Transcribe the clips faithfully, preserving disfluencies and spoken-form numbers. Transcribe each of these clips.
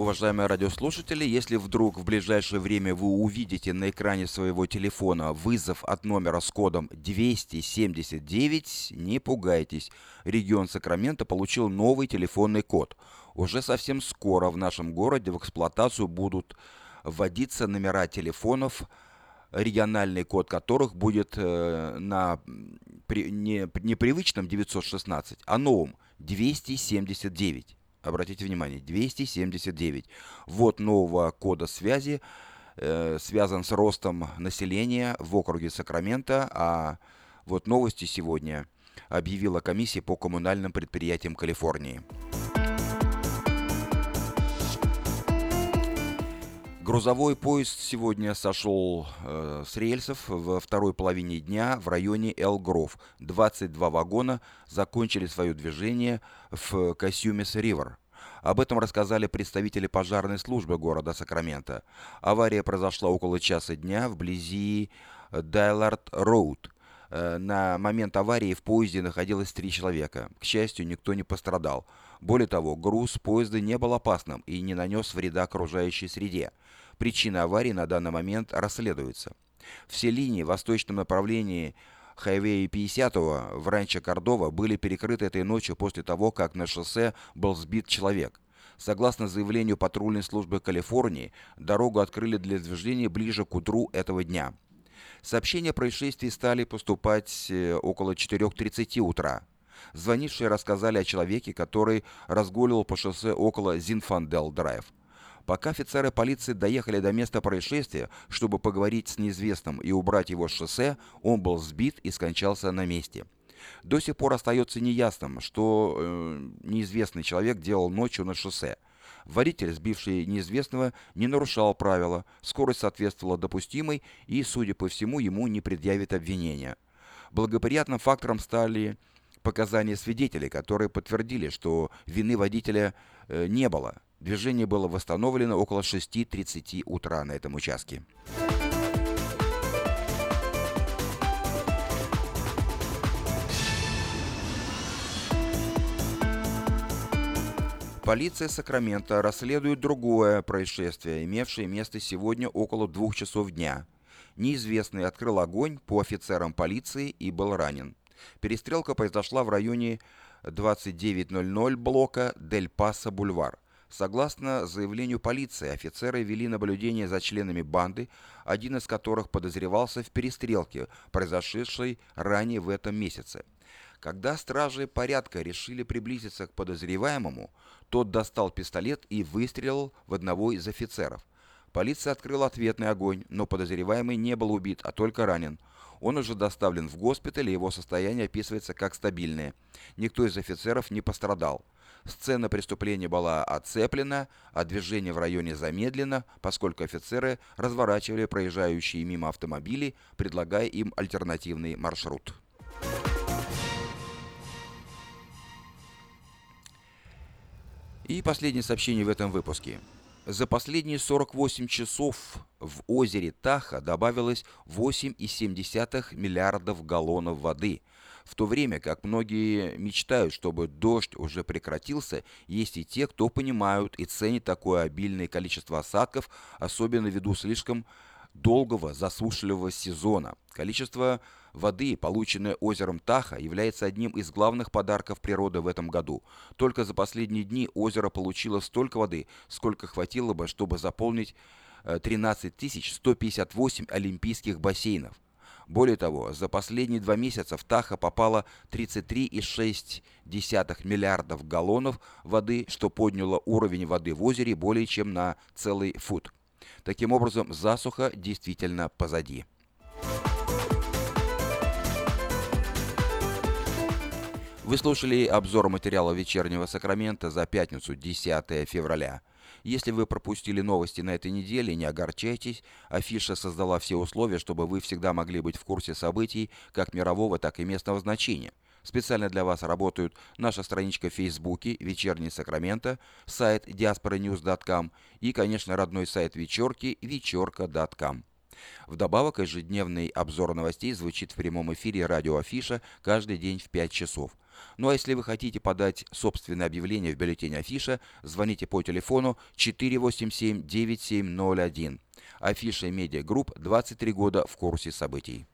Уважаемые радиослушатели, если вдруг в ближайшее время вы увидите на экране своего телефона вызов от номера с кодом двести семьдесят девять, не пугайтесь. Регион Сакраменто получил новый телефонный код. Уже совсем скоро в нашем городе в эксплуатацию будут вводиться номера телефонов, региональный код которых будет э, на при, не, непривычном девятьсот шестнадцать, а новом двести семьдесят девять. Обратите внимание, двести семьдесят девять. Вот нового кода связи, э, связан с ростом населения в округе Сакраменто, а вот новости сегодня объявила комиссия по коммунальным предприятиям Калифорнии. Грузовой поезд сегодня сошел э, с рельсов во второй половине дня в районе Эл-Гров. двадцать два вагона закончили свое движение в Касьюмис-Ривер. Об этом рассказали представители пожарной службы города Сакраменто. Авария произошла около часа дня вблизи Дайлард-Роуд. Э, на момент аварии в поезде находилось три человека. К счастью, никто не пострадал. Более того, груз поезда не был опасным и не нанес вреда окружающей среде. Причина аварии на данный момент расследуется. Все линии в восточном направлении Хайвея пятьдесят в ранчо Кордова были перекрыты этой ночью после того, как на шоссе был сбит человек. Согласно заявлению патрульной службы Калифорнии, дорогу открыли для движения ближе к утру этого дня. Сообщения о происшествии стали поступать около четырех тридцати утра. Звонившие рассказали о человеке, который разгуливал по шоссе около Зинфандел-драйв. Пока офицеры полиции доехали до места происшествия, чтобы поговорить с неизвестным и убрать его с шоссе, он был сбит и скончался на месте. До сих пор остается неясным, что э, неизвестный человек делал ночью на шоссе. Водитель, сбивший неизвестного, не нарушал правила, скорость соответствовала допустимой и, судя по всему, ему не предъявят обвинения. Благоприятным фактором стали показания свидетелей, которые подтвердили, что вины водителя э, не было. Движение было восстановлено около шести тридцати утра на этом участке. Полиция Сакраменто расследует другое происшествие, имевшее место сегодня около двух часов дня. Неизвестный открыл огонь по офицерам полиции и был ранен. Перестрелка произошла в районе двадцать девять ноль ноль блока Дель-Пасо-Бульвар. Согласно заявлению полиции, офицеры вели наблюдение за членами банды, один из которых подозревался в перестрелке, произошедшей ранее в этом месяце. Когда стражи порядка решили приблизиться к подозреваемому, тот достал пистолет и выстрелил в одного из офицеров. Полиция открыла ответный огонь, но подозреваемый не был убит, а только ранен. Он уже доставлен в госпиталь, и его состояние описывается как стабильное. Никто из офицеров не пострадал. Сцена преступления была оцеплена, а движение в районе замедлено, поскольку офицеры разворачивали проезжающие мимо автомобили, предлагая им альтернативный маршрут. И последнее сообщение в этом выпуске. За последние сорок восемь часов в озере Тахо добавилось восемь целых семь десятых миллиардов галлонов воды. В то время как многие мечтают, чтобы дождь уже прекратился, есть и те, кто понимают и ценит такое обильное количество осадков, особенно ввиду слишком долгого засушливого сезона. Количество воды, полученное озером Тахо, является одним из главных подарков природы в этом году. Только за последние дни озеро получило столько воды, сколько хватило бы, чтобы заполнить тринадцать тысяч сто пятьдесят восемь олимпийских бассейнов. Более того, за последние два месяца в Тахо попало тридцать три целых шесть десятых миллиардов галлонов воды, что подняло уровень воды в озере более чем на целый фут. Таким образом, засуха действительно позади. Вы слушали обзор материала «Вечернего Сакрамента» за пятницу, десятое февраля. Если вы пропустили новости на этой неделе, не огорчайтесь. Афиша создала все условия, чтобы вы всегда могли быть в курсе событий как мирового, так и местного значения. Специально для вас работают наша страничка в Фейсбуке «Вечерний Сакраменто», сайт диаспора ньюс точка ком и, конечно, родной сайт вечерки вечерка точка ком. Вдобавок, ежедневный обзор новостей звучит в прямом эфире радио Афиша каждый день в пять часов. Ну а если вы хотите подать собственное объявление в бюллетень Афиша, звоните по телефону четыре восемь семь девять семь ноль один. Афиша Медиа Групп, двадцать три года в курсе событий.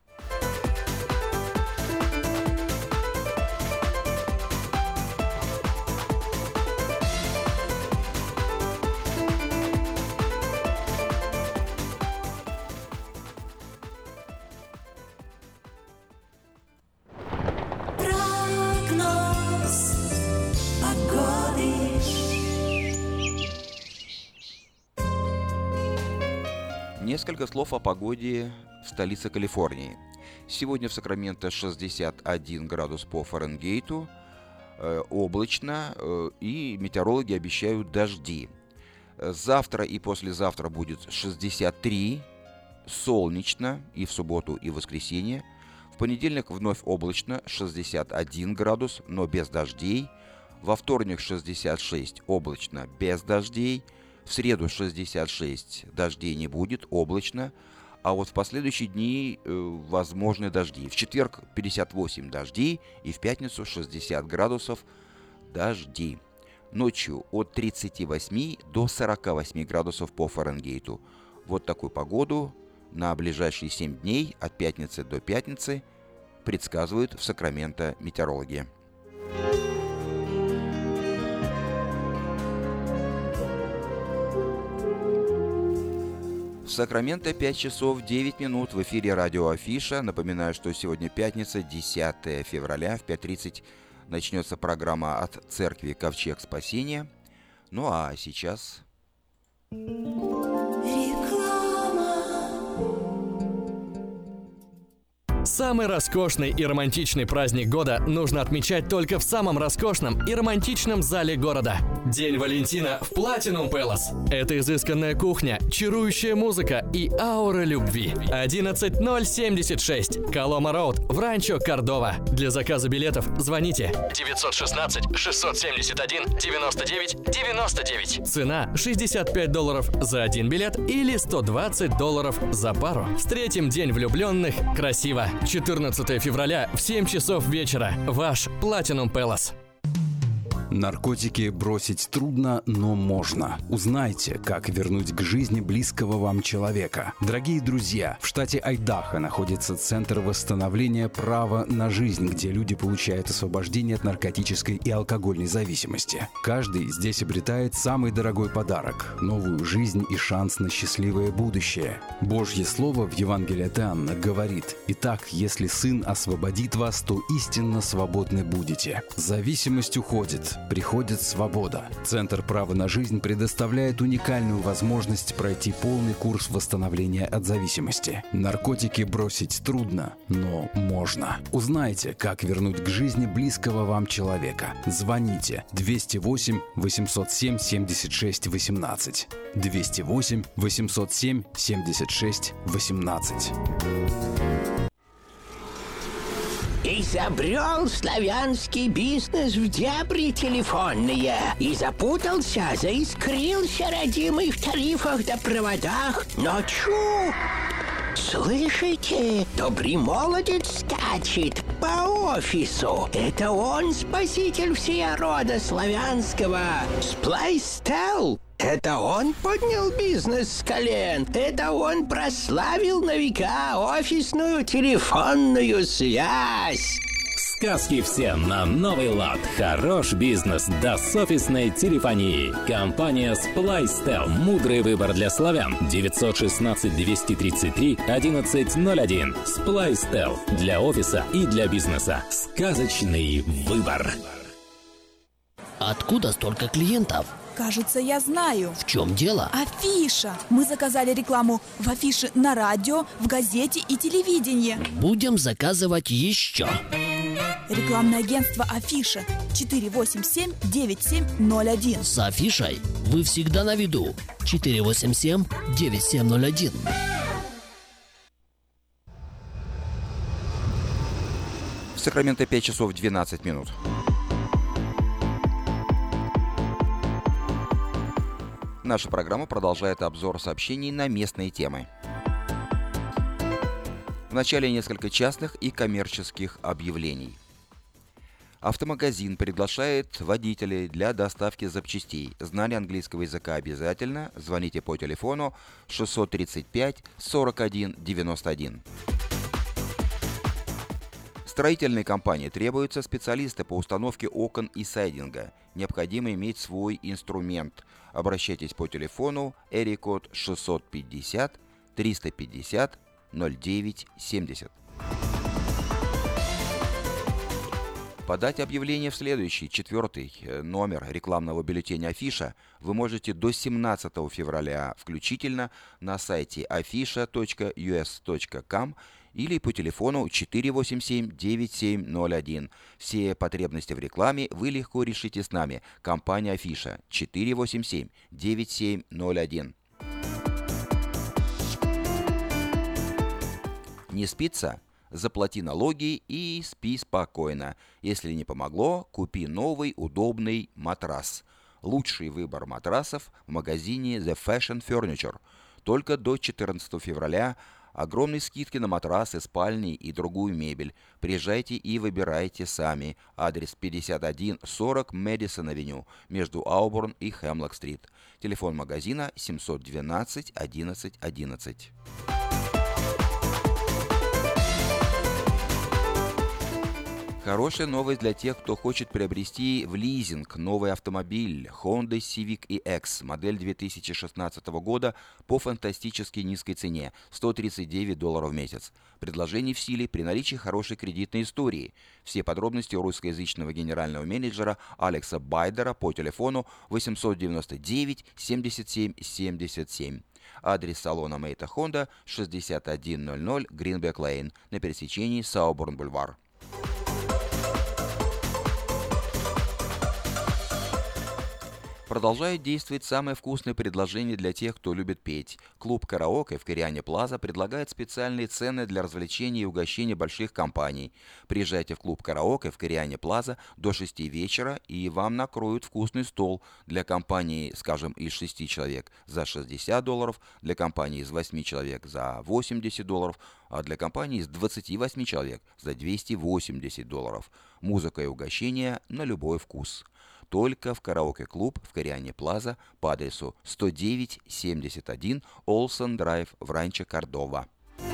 Несколько слов о погоде в столице Калифорнии. Сегодня в Сакраменто шестьдесят один градус по Фаренгейту, э, облачно, э, и метеорологи обещают дожди. Завтра и послезавтра будет шестьдесят три, солнечно и в субботу, и в воскресенье. В понедельник вновь облачно, шестьдесят один градус, но без дождей. Во вторник шестьдесят шесть, облачно, без дождей. В среду шестьдесят шесть, дождей не будет, облачно. А вот в последующие дни э, возможны дожди. В четверг пятьдесят восемь дождей и в пятницу шестьдесят градусов дожди. Ночью от тридцати восьми до сорока восьми градусов по Фаренгейту. Вот такую погоду на ближайшие семь дней от пятницы до пятницы предсказывают в Сакраменто метеорологи. В Сакраменто пять часов девять минут в эфире радио Афиша. Напоминаю, что сегодня пятница, десятое февраля, в пять тридцать начнется программа от церкви «Ковчег спасения». Ну а сейчас... Самый роскошный и романтичный праздник года нужно отмечать только в самом роскошном и романтичном зале города. День Валентина в Platinum Palace. Это изысканная кухня, чарующая музыка и аура любви. одиннадцать ноль семьдесят шесть Колома Роуд в Ранчо Кордова. Для заказа билетов звоните девятьсот шестнадцать шестьсот семьдесят один девяносто девять девяносто девять. Цена шестьдесят пять долларов за один билет или сто двадцать долларов за пару. Встретим День влюбленных красиво. четырнадцатое февраля в семь часов вечера. Ваш Platinum Palace. Наркотики бросить трудно, но можно. Узнайте, как вернуть к жизни близкого вам человека. Дорогие друзья, в штате Айдахо находится Центр восстановления права на жизнь, где люди получают освобождение от наркотической и алкогольной зависимости. Каждый здесь обретает самый дорогой подарок – новую жизнь и шанс на счастливое будущее. Божье Слово в Евангелии от Иоанна говорит: «Итак, если Сын освободит вас, то истинно свободны будете». Зависимость уходит. Приходит свобода. Центр права на жизнь предоставляет уникальную возможность пройти полный курс восстановления от зависимости. Наркотики бросить трудно, но можно. Узнайте, как вернуть к жизни близкого вам человека. Звоните двести восемь восемьсот семь семьдесят шесть восемнадцать. двести восемь восемьсот семь семьдесят шесть восемнадцать. Изобрел славянский бизнес в дебри телефонные и запутался, заискрился родимый в тарифах да проводах. Но чу! Слышите? Добрый молодец скачет по офису. Это он спаситель всея рода славянского. Сплайстел. Это он поднял бизнес с колен. Это он прославил на века офисную телефонную связь. Сказки все на новый лад. Хорош бизнес да с офисной телефонии. Компания Splystel. Мудрый выбор для славян. девятьсот шестнадцать двести тридцать три одиннадцать ноль один. Splystel. Для офиса и для бизнеса. Сказочный выбор. Откуда столько клиентов? Кажется, я знаю. В чем дело? Афиша. Мы заказали рекламу в афише на радио, в газете и телевидении. Будем заказывать еще. Рекламное агентство Афиша. четыре восемь семь девять семь ноль один. С афишей вы всегда на виду. четыре восемь семь девять семь ноль один. В Сакраменто пять часов двенадцать минут. Наша программа продолжает обзор сообщений на местные темы. Вначале несколько частных и коммерческих объявлений. Автомагазин приглашает водителей для доставки запчастей. Знание английского языка обязательно. Звоните по телефону шестьсот тридцать пять сорок один девяносто один. Строительной компании требуются специалисты по установке окон и сайдинга. Необходимо иметь свой инструмент. Обращайтесь по телефону эрикод шестьсот пятьдесят триста пятьдесят ноль девять семьдесят. Подать объявление в следующий, четвертый номер рекламного бюллетеня «Афиша» вы можете до семнадцатого февраля включительно на сайте афиша точка ю эс точка ком или по телефону четыре восемь семь девять семь ноль один. Все потребности в рекламе вы легко решите с нами. Компания «Афиша» четыре восемь семь девять семь ноль один. Не спится? Заплати налоги и спи спокойно. Если не помогло, купи новый удобный матрас. Лучший выбор матрасов в магазине The Fashion Furniture. Только до четырнадцатого февраля огромные скидки на матрасы, спальни и другую мебель. Приезжайте и выбирайте сами. Адрес пятьдесят один сорок Мэдисон-авеню между Ауборн и Хемлок-стрит. Телефон магазина семьсот двенадцать одиннадцать одиннадцать. Хорошая новость для тех, кто хочет приобрести в лизинг новый автомобиль Honda Civic и X, модель две тысячи шестнадцатого года по фантастически низкой цене – сто тридцать девять долларов в месяц. Предложение в силе при наличии хорошей кредитной истории. Все подробности у русскоязычного генерального менеджера Алекса Байдера по телефону восемьсот девяносто девять семьдесят семь семьдесят семь. Адрес салона Мэйта Honda шестьдесят один ноль Гринбек Лейн на пересечении Сауборн-бульвар. Продолжает действовать самое вкусное предложение для тех, кто любит петь. Клуб «Караоке» в Кориане Плаза предлагает специальные цены для развлечений и угощения больших компаний. Приезжайте в клуб «Караоке» в Кориане Плаза до шести вечера, и вам накроют вкусный стол для компании, скажем, из шести человек за шестьдесят долларов, для компании из восьми человек за восемьдесят долларов, а для компании из двадцати восьми человек за двести восемьдесят долларов. Музыка и угощения на любой вкус. Только в караоке-клуб в Кориане Плаза по адресу сто девять семьдесят один Олсен Драйв в Ранчо Кордова.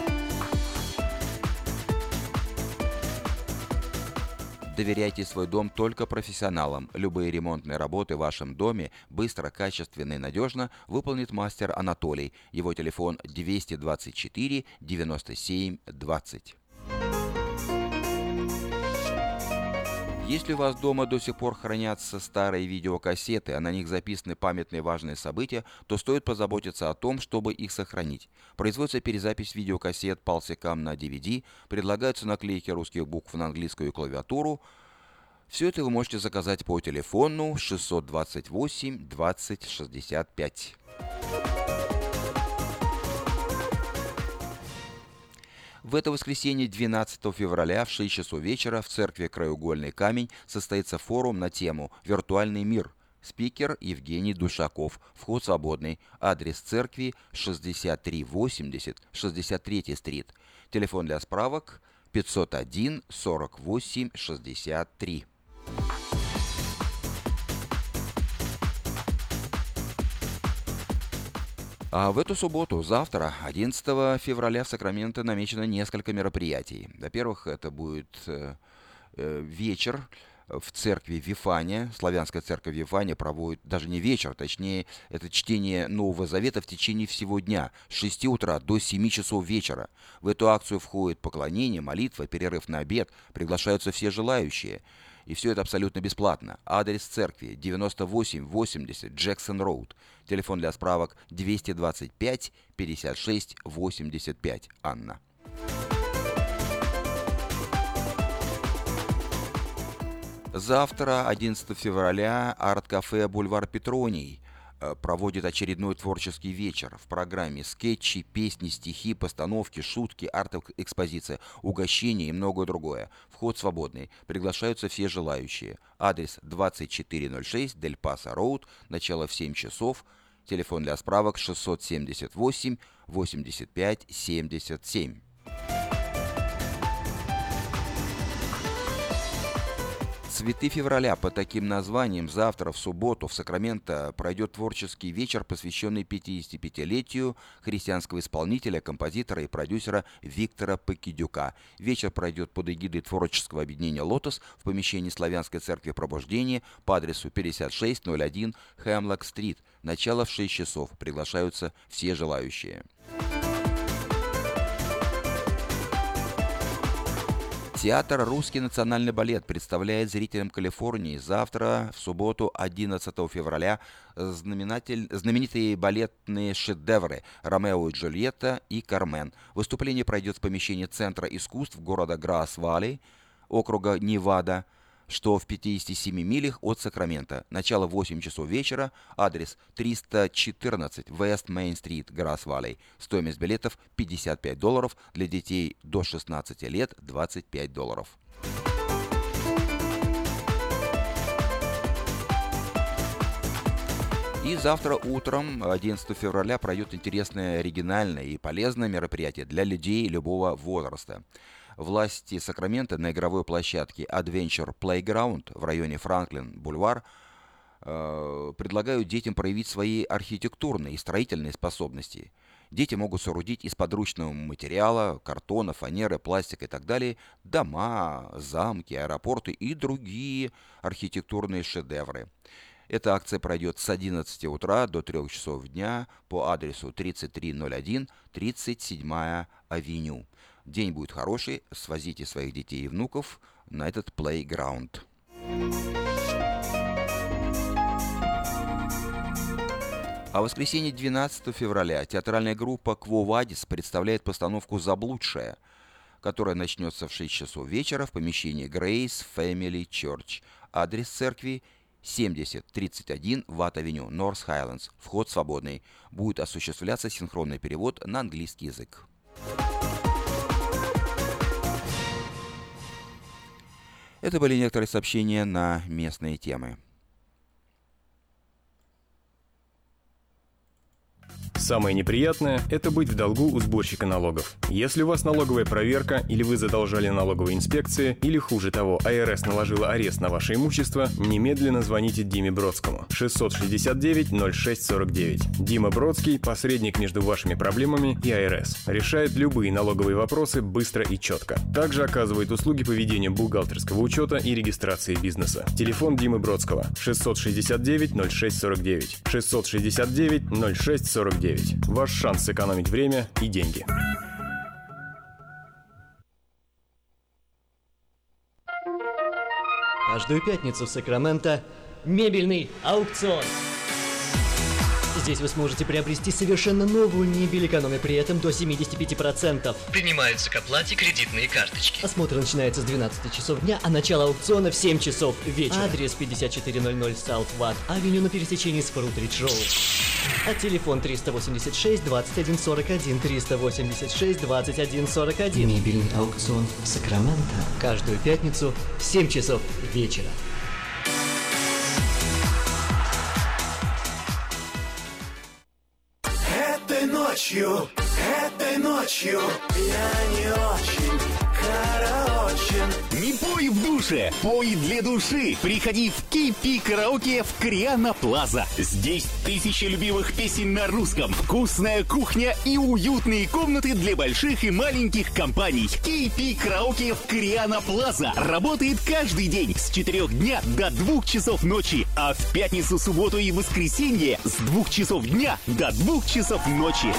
Доверяйте свой дом только профессионалам. Любые ремонтные работы в вашем доме быстро, качественно и надежно выполнит мастер Анатолий. Его телефон двести двадцать четыре девяносто семь двадцать. Если у вас дома до сих пор хранятся старые видеокассеты, а на них записаны памятные важные события, то стоит позаботиться о том, чтобы их сохранить. Производится перезапись видеокассет полсекам на ди ви ди, предлагаются наклейки русских букв на английскую клавиатуру. Все это вы можете заказать по телефону шестьсот двадцать восемь двадцать шестьдесят пять. В это воскресенье, двенадцатого февраля в шесть часов вечера в церкви «Краеугольный камень» состоится форум на тему «Виртуальный мир». Спикер Евгений Душаков. Вход свободный. Адрес церкви шестьдесят три восемьдесят шестьдесят третья стрит. Телефон для справок пятьсот один сорок восемь шестьдесят три. А в эту субботу, завтра, одиннадцатого февраля, в Сакраменто намечено несколько мероприятий. Во-первых, это будет э, э, вечер в церкви Вифания. Славянская церковь Вифания проводит даже не вечер, точнее, это чтение Нового Завета в течение всего дня, с шести утра до семи часов вечера. В эту акцию входит поклонение, молитва, перерыв на обед, приглашаются все желающие. И все это абсолютно бесплатно. Адрес церкви девяносто восемь восемьдесят Джексон Роуд. Телефон для справок двести двадцать пять пятьдесят шесть восемьдесят пять. Анна. Завтра, одиннадцатого февраля, арт-кафе «Бульвар Петроний» проводит очередной творческий вечер. В программе скетчи, песни, стихи, постановки, шутки, арт-экспозиция, угощения и многое другое. Вход свободный. Приглашаются все желающие. Адрес двадцать четыре ноль шесть Дель Пасо Роуд. Начало в семь часов. Телефон для справок шестьсот семьдесят восемь восемьдесят пять семьдесят семь. Цветы февраля под таким названием завтра, в субботу, в Сакраменто пройдет творческий вечер, посвященный пятидесятипятилетию христианского исполнителя, композитора и продюсера Виктора Покидюка. Вечер пройдет под эгидой творческого объединения «Лотос» в помещении Славянской церкви Пробуждения по адресу пятьдесят шесть ноль один Хемлок-стрит. Начало в шесть часов. Приглашаются все желающие. Театр «Русский национальный балет» представляет зрителям Калифорнии завтра, в субботу, одиннадцатого февраля, знаменитые балетные шедевры «Ромео и Джульетта» и «Кармен». Выступление пройдет в помещении Центра искусств города Грасс-Валли, округа Невада, что в пятидесяти семи милях от Сакрамента. Начало в восемь часов вечера, адрес триста четырнадцать Вест Мейн-стрит, Грасс-Валли. Стоимость билетов пятьдесят пять долларов, для детей до шестнадцати лет двадцать пять долларов. И завтра утром, одиннадцатого февраля, пройдет интересное, оригинальное и полезное мероприятие для людей любого возраста. Власти Сакрамента на игровой площадке Adventure Playground в районе Франклин-Бульвар э, предлагают детям проявить свои архитектурные и строительные способности. Дети могут соорудить из подручного материала, картона, фанеры, пластика и так далее дома, замки, аэропорты и другие архитектурные шедевры. Эта акция пройдет с одиннадцати утра до трёх часов дня по адресу тридцать три ноль один тридцать седьмая авеню. День будет хороший, свозите своих детей и внуков на этот плейграунд. А в воскресенье двенадцатого февраля театральная группа Quo Vadis представляет постановку «Заблудшая», которая начнется в шесть часов вечера в помещении Grace Family Church. Адрес церкви семьдесят тридцать один Ватт-авеню, Норс Хайлендс. Вход свободный. Будет осуществляться синхронный перевод на английский язык. Это были некоторые сообщения на местные темы. Самое неприятное – это быть в долгу у сборщика налогов. Если у вас налоговая проверка, или вы задолжали налоговой инспекции, или хуже того, ай эр эс наложила арест на ваше имущество, немедленно звоните Диме Бродскому. шестьсот шестьдесят девять ноль шесть сорок девять. Дима Бродский – посредник между вашими проблемами и ай эр эс. Решает любые налоговые вопросы быстро и четко. Также оказывает услуги по ведению бухгалтерского учета и регистрации бизнеса. Телефон Димы Бродского – шестьсот шестьдесят девять ноль шесть сорок девять. шестьсот шестьдесят девять ноль шесть сорок девять. Ваш шанс сэкономить время и деньги. Каждую пятницу в Сакраменто мебельный аукцион. Здесь вы сможете приобрести совершенно новую мебель, экономя при этом до семьдесят пять процентов. Принимаются к оплате кредитные карточки. Осмотр начинается с двенадцати часов дня, а начало аукциона в семь часов вечера. Адрес пятьдесят четыре ноль ноль South Watt Авеню на пересечении с Фрутридж Роуд. А телефон триста восемьдесят шесть двадцать один сорок один, триста восемьдесят шесть двадцать один сорок один. Мебельный аукцион в Сакраменто. Каждую пятницу в семь часов вечера. Этой ночью, этой ночью я не очень караочен. Не пой в душе, пой для души. Приходи в кей пи Караоке в Криана Плаза. Здесь тысячи любимых песен на русском, вкусная кухня и уютные комнаты для больших и маленьких компаний. кей пи Караоке в Криана Плаза работает каждый день с четырёх дня до двух часов ночи, а в пятницу, субботу и воскресенье с двух часов дня до двух часов ночи.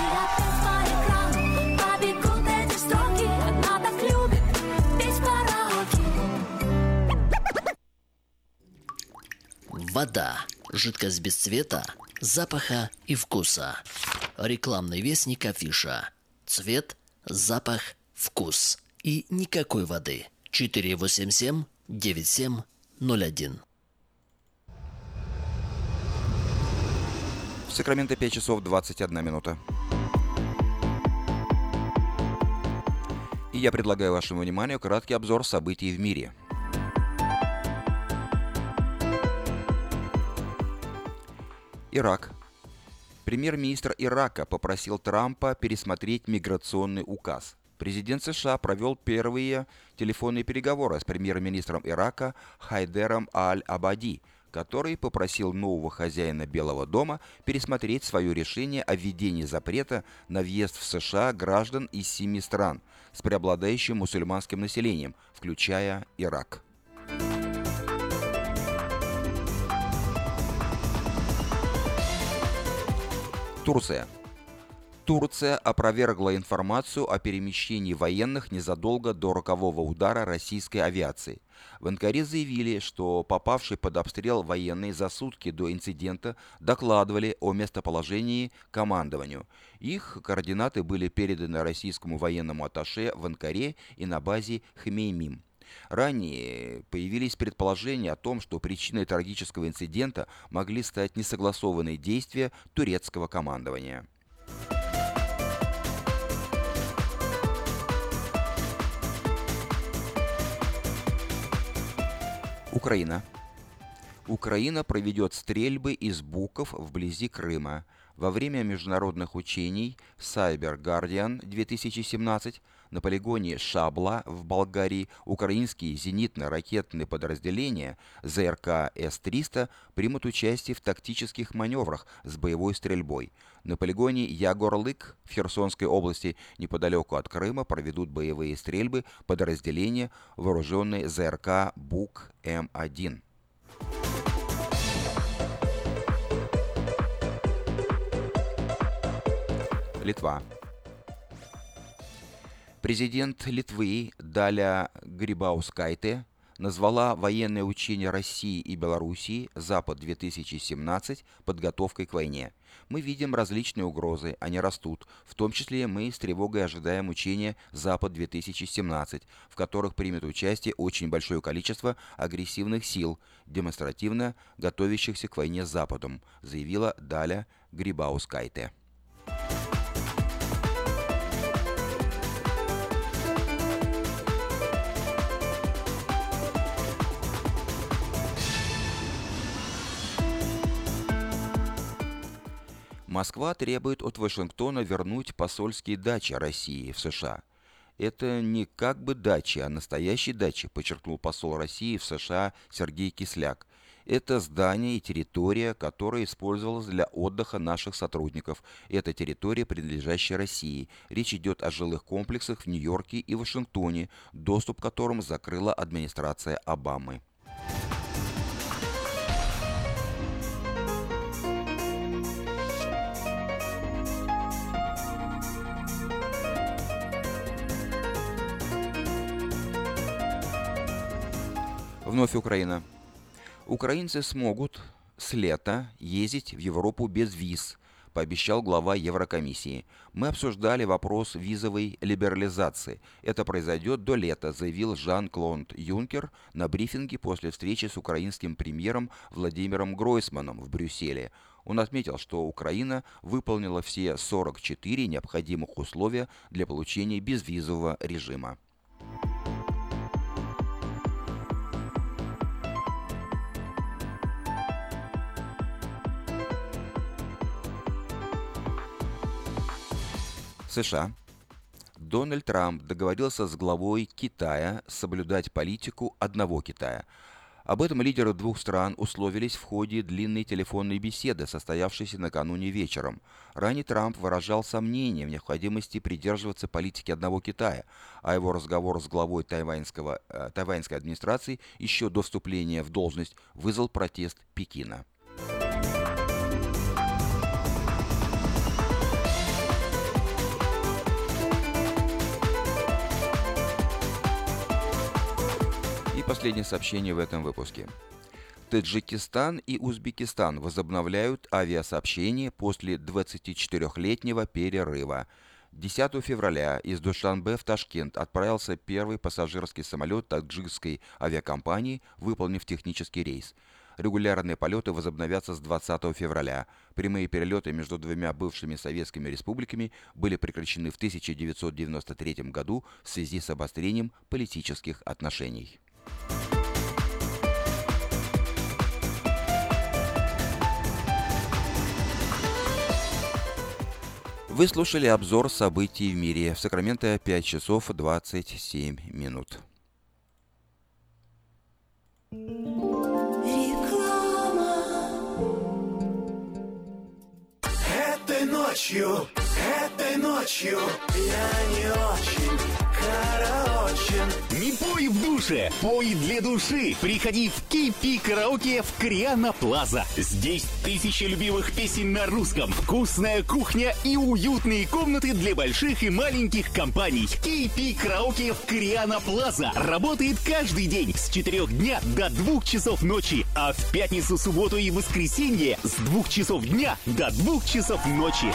Вода. Жидкость без цвета, запаха и вкуса. Рекламный вестник Афиша. Цвет, запах, вкус. И никакой воды. четыре восемь семь девять семь ноль один. В Сакраменто пять часов двадцать одна минута. И я предлагаю вашему вниманию краткий обзор событий в мире. Ирак. Премьер-министр Ирака попросил Трампа пересмотреть миграционный указ. Президент США провел первые телефонные переговоры с премьер-министром Ирака Хайдером Аль-Абади, который попросил нового хозяина Белого дома пересмотреть свое решение о введении запрета на въезд в США граждан из семи стран с преобладающим мусульманским населением, включая Ирак. Турция. Турция опровергла информацию о перемещении военных незадолго до рокового удара российской авиации. В Анкаре заявили, что попавшие под обстрел военные за сутки до инцидента докладывали о местоположении командованию. Их координаты были переданы российскому военному атташе в Анкаре и на базе Хмеймим. Ранее появились предположения о том, что причиной трагического инцидента могли стать несогласованные действия турецкого командования. Украина. Украина проведет стрельбы из буков вблизи Крыма. Во время международных учений Cyber Guardian две тысячи семнадцать на полигоне Шабла в Болгарии украинские зенитно-ракетные подразделения ЗРК С триста примут участие в тактических маневрах с боевой стрельбой. На полигоне Ягорлык в Херсонской области неподалеку от Крыма проведут боевые стрельбы подразделения, вооруженные ЗРК Бук М один. Литва. Президент Литвы Даля Грибаускайте назвала военные учения России и Белоруссии «Запад-две тысячи семнадцать» подготовкой к войне. Мы видим различные угрозы, они растут. В том числе мы с тревогой ожидаем учения «Запад-две тысячи семнадцать», в которых примет участие очень большое количество агрессивных сил, демонстративно готовящихся к войне с Западом, заявила Даля Грибаускайте. Москва требует от Вашингтона вернуть посольские дачи России в США. Это не как бы дачи, а настоящие дачи, подчеркнул посол России в США Сергей Кисляк. Это здание и территория, которая использовалась для отдыха наших сотрудников. Это территория, принадлежащая России. Речь идет о жилых комплексах в Нью-Йорке и Вашингтоне, доступ к которым закрыла администрация Обамы. Вновь Украина. Украинцы смогут с лета ездить в Европу без виз, пообещал глава Еврокомиссии. Мы обсуждали вопрос визовой либерализации. Это произойдет до лета, заявил Жан-Клод Юнкер на брифинге после встречи с украинским премьером Владимиром Гройсманом в Брюсселе. Он отметил, что Украина выполнила все сорок четыре необходимых условия для получения безвизового режима. США. Дональд Трамп договорился с главой Китая соблюдать политику одного Китая. Об этом лидеры двух стран условились в ходе длинной телефонной беседы, состоявшейся накануне вечером. Ранее Трамп выражал сомнения в необходимости придерживаться политики одного Китая, а его разговор с главой тайваньского, э, тайваньской администрации еще до вступления в должность вызвал протест Пекина. Последнее сообщение в этом выпуске. Таджикистан и Узбекистан возобновляют авиасообщение после двадцатичетырёхлетнего перерыва. десятого февраля из Душанбе в Ташкент отправился первый пассажирский самолет таджикской авиакомпании, выполнив технический рейс. Регулярные полеты возобновятся с двадцатого февраля. Прямые перелеты между двумя бывшими советскими республиками были прекращены в тысяча девятьсот девяносто третьем году в связи с обострением политических отношений. Вы слушали обзор событий в мире. В Сакраменто пять часов двадцать семь минут. Этой ночью, этой ночью я не очень караочен. Не пой в душе, пой для души. Приходи в кей пи Караоке в Криана Плаза. Здесь тысячи любимых песен на русском, вкусная кухня и уютные комнаты для больших и маленьких компаний. кей пи Караоке в Криана Плаза работает каждый день с четырёх дня до двух часов ночи, а в пятницу, субботу и воскресенье с двух часов дня до двух часов ночи.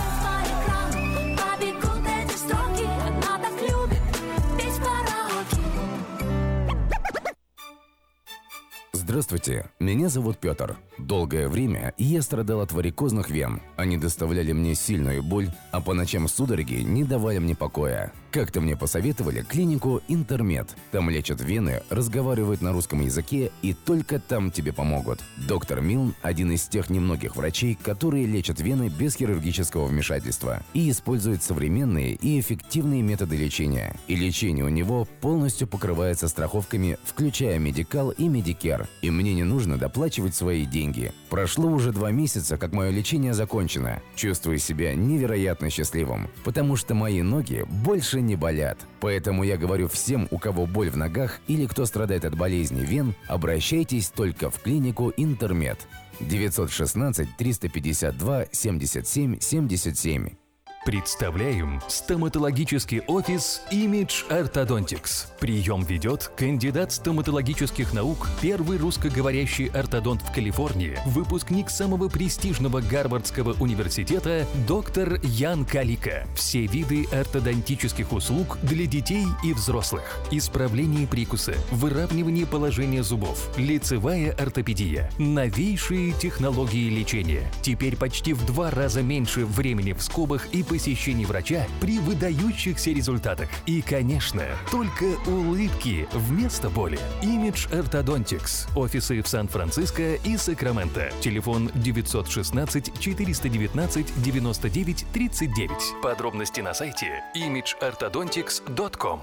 Здравствуйте, меня зовут Петр. Долгое время я страдал от варикозных вен. Они доставляли мне сильную боль, а по ночам судороги не давали мне покоя. Как-то мне посоветовали клинику «Интермед». Там лечат вены, разговаривают на русском языке и только там тебе помогут. Доктор Милн – один из тех немногих врачей, которые лечат вены без хирургического вмешательства и используют современные и эффективные методы лечения. И лечение у него полностью покрывается страховками, включая Медикал и Медикер. И мне не нужно доплачивать свои деньги. Прошло уже два месяца, как мое лечение закончено. Чувствую себя невероятно счастливым, потому что мои ноги больше не болят. Поэтому я говорю всем, у кого боль в ногах или кто страдает от болезни вен, обращайтесь только в клинику «Интермед». девятьсот шестнадцать триста пятьдесят два семьдесят семь семьдесят семь. Представляем стоматологический офис Image Orthodontics. Прием ведет кандидат стоматологических наук, первый русскоговорящий ортодонт в Калифорнии, выпускник самого престижного Гарвардского университета доктор Ян Калика. Все виды ортодонтических услуг для детей и взрослых. Исправление прикуса, выравнивание положения зубов, лицевая ортопедия, новейшие технологии лечения. Теперь почти в два раза меньше времени в скобах и посещений врача при выдающихся результатах. И, конечно, только улыбки вместо боли. Image Orthodontics. Офисы в Сан-Франциско и Сакраменто. Телефон девятьсот шестнадцать четыреста девятнадцать девяносто девять тридцать девять. Подробности на сайте имидж ортодонтикс точка ком.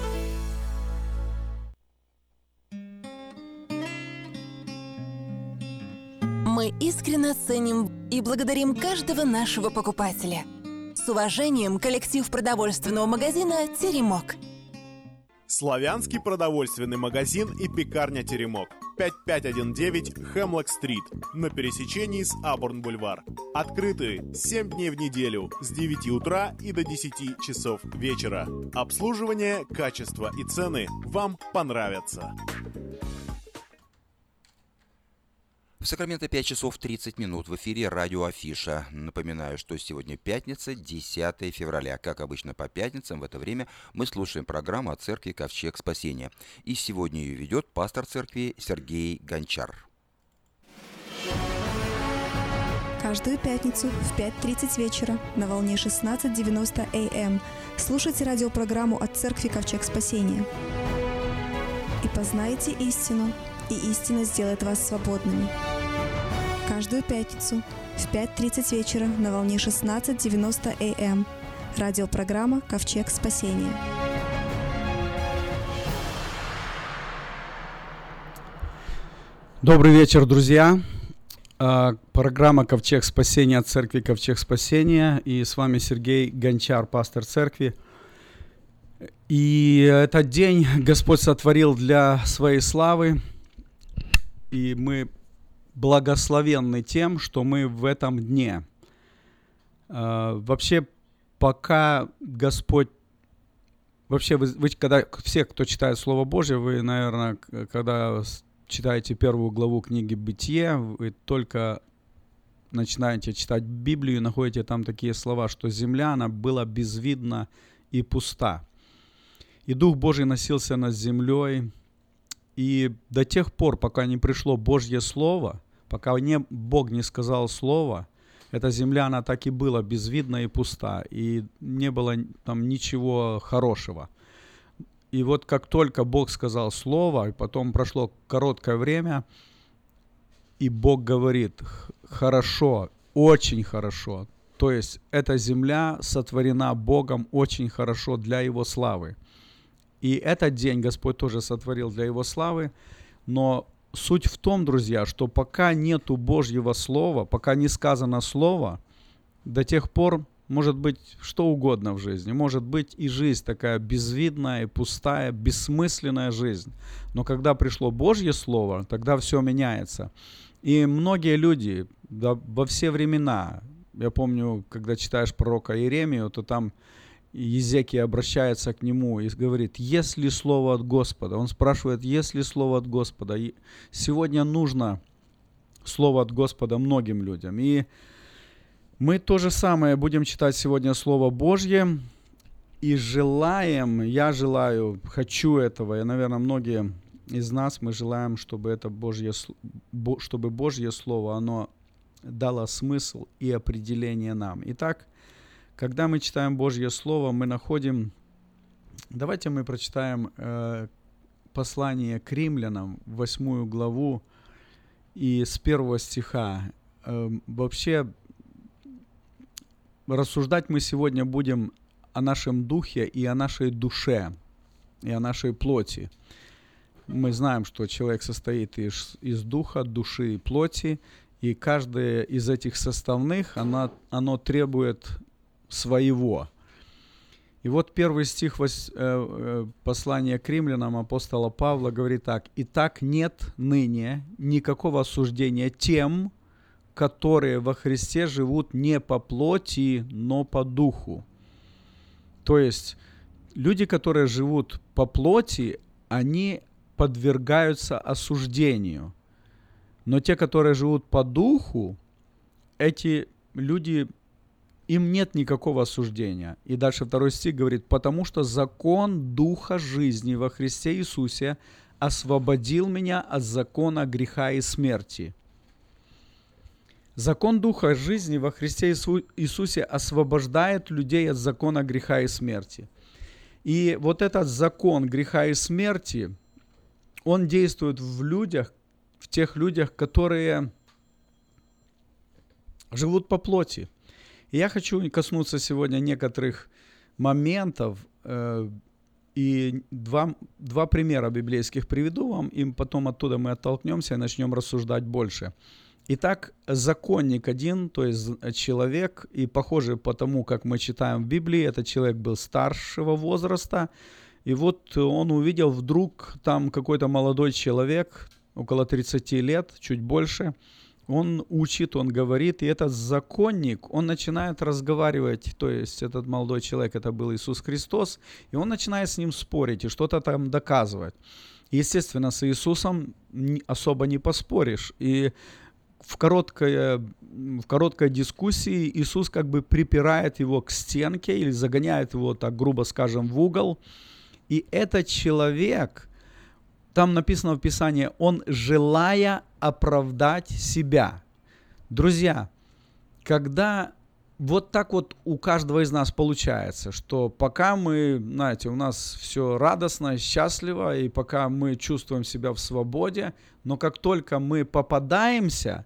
Мы искренне ценим и благодарим каждого нашего покупателя. С уважением, коллектив продовольственного магазина «Теремок». Славянский продовольственный магазин и пекарня «Теремок». пять пять один девять Хемлок-стрит на пересечении с Абурн-бульвар. Открыты семь дней в неделю с девяти утра и до десяти часов вечера. Обслуживание, качество и цены вам понравятся. В Сакраменто пять часов тридцать минут. В эфире радио Афиша. Напоминаю, что сегодня пятница, десятое февраля. Как обычно по пятницам в это время мы слушаем программу о церкви «Ковчег спасения». И сегодня ее ведет пастор церкви Сергей Гончар. Каждую пятницу в пять тридцать вечера на волне шестнадцать девяносто эй эм слушайте радиопрограмму от церкви «Ковчег спасения». И познайте истину, и истина сделает вас свободными. Каждую пятницу в пять тридцать вечера на волне шестнадцать девяносто эй эм. Радиопрограмма «Ковчег спасения». Добрый вечер, друзья. Программа «Ковчег спасения» от церкви «Ковчег спасения». И с вами Сергей Гончар, пастор церкви. И этот день Господь сотворил для своей славы. И мы благословенны тем, что мы в этом дне. Uh, вообще, пока Господь... Вообще, вы, вы когда, все, кто читает Слово Божье, вы, наверное, когда читаете первую главу книги «Бытие», вы только начинаете читать Библию и находите там такие слова, что земля, она была безвидна и пуста. И Дух Божий носился над землей. И до тех пор, пока не пришло Божье Слово, пока не, Бог не сказал Слово, эта земля, она так и была безвидна и пуста, и не было там ничего хорошего. И вот как только Бог сказал Слово, и потом прошло короткое время, и Бог говорит: хорошо, очень хорошо, То есть эта земля сотворена Богом очень хорошо для Его славы. И этот день Господь тоже сотворил для Его славы. Но суть в том, друзья, что пока нету Божьего Слова, пока не сказано Слово, до тех пор может быть что угодно в жизни. Может быть и жизнь такая безвидная, и пустая, бессмысленная жизнь. Но когда пришло Божье Слово, тогда все меняется. И многие люди да, во все времена, я помню, когда читаешь пророка Иеремию, то там Езекия обращается к нему и говорит: «Есть ли слово от Господа?» Он спрашивает: «Есть ли слово от Господа?» И сегодня нужно слово от Господа многим людям. И мы то же самое будем читать сегодня Слово Божье и желаем, я желаю, хочу этого, и, наверное, многие из нас, мы желаем, чтобы это Божье, чтобы Божье Слово, оно дало смысл и определение нам. Итак, когда мы читаем Божье Слово, мы находим, давайте мы прочитаем э, послание к римлянам, восьмую главу, и с первого стиха. Э, вообще, рассуждать мы сегодня будем о нашем духе и о нашей душе, и о нашей плоти. Мы знаем, что человек состоит из, из духа, души и плоти, и каждая из этих составных, она, оно требует своего. И вот первый стих вос, э, э, послания к римлянам апостола Павла говорит так: «Итак, нет ныне никакого осуждения тем, которые во Христе живут не по плоти, но по духу». То есть люди, которые живут по плоти, они подвергаются осуждению. Но те, которые живут по духу, эти люди, им нет никакого осуждения. И дальше второй стих говорит: «Потому что закон Духа жизни во Христе Иисусе освободил меня от закона греха и смерти». Закон Духа жизни во Христе Иисусе освобождает людей от закона греха и смерти. И вот этот закон греха и смерти, он действует в людях, в тех людях, которые живут по плоти. И я хочу коснуться сегодня некоторых моментов, э, и два, два примера библейских приведу вам, и потом оттуда мы оттолкнемся и начнем рассуждать больше. Итак, законник один, то есть человек, и похоже по тому, как мы читаем в Библии, этот человек был старшего возраста, и вот он увидел вдруг там какой-то молодой человек, около тридцати лет, чуть больше, он учит, он говорит, и этот законник, он начинает разговаривать, то есть этот молодой человек, это был Иисус Христос, и он начинает с ним спорить и что-то там доказывать. Естественно, с Иисусом особо не поспоришь, и В короткой, в короткой дискуссии Иисус как бы припирает его к стенке или загоняет его, так грубо скажем, в угол. И этот человек, там написано в Писании, он, желая оправдать себя. Друзья, когда вот так вот у каждого из нас получается, что пока мы, знаете, у нас все радостно, счастливо, и пока мы чувствуем себя в свободе, но как только мы попадаемся,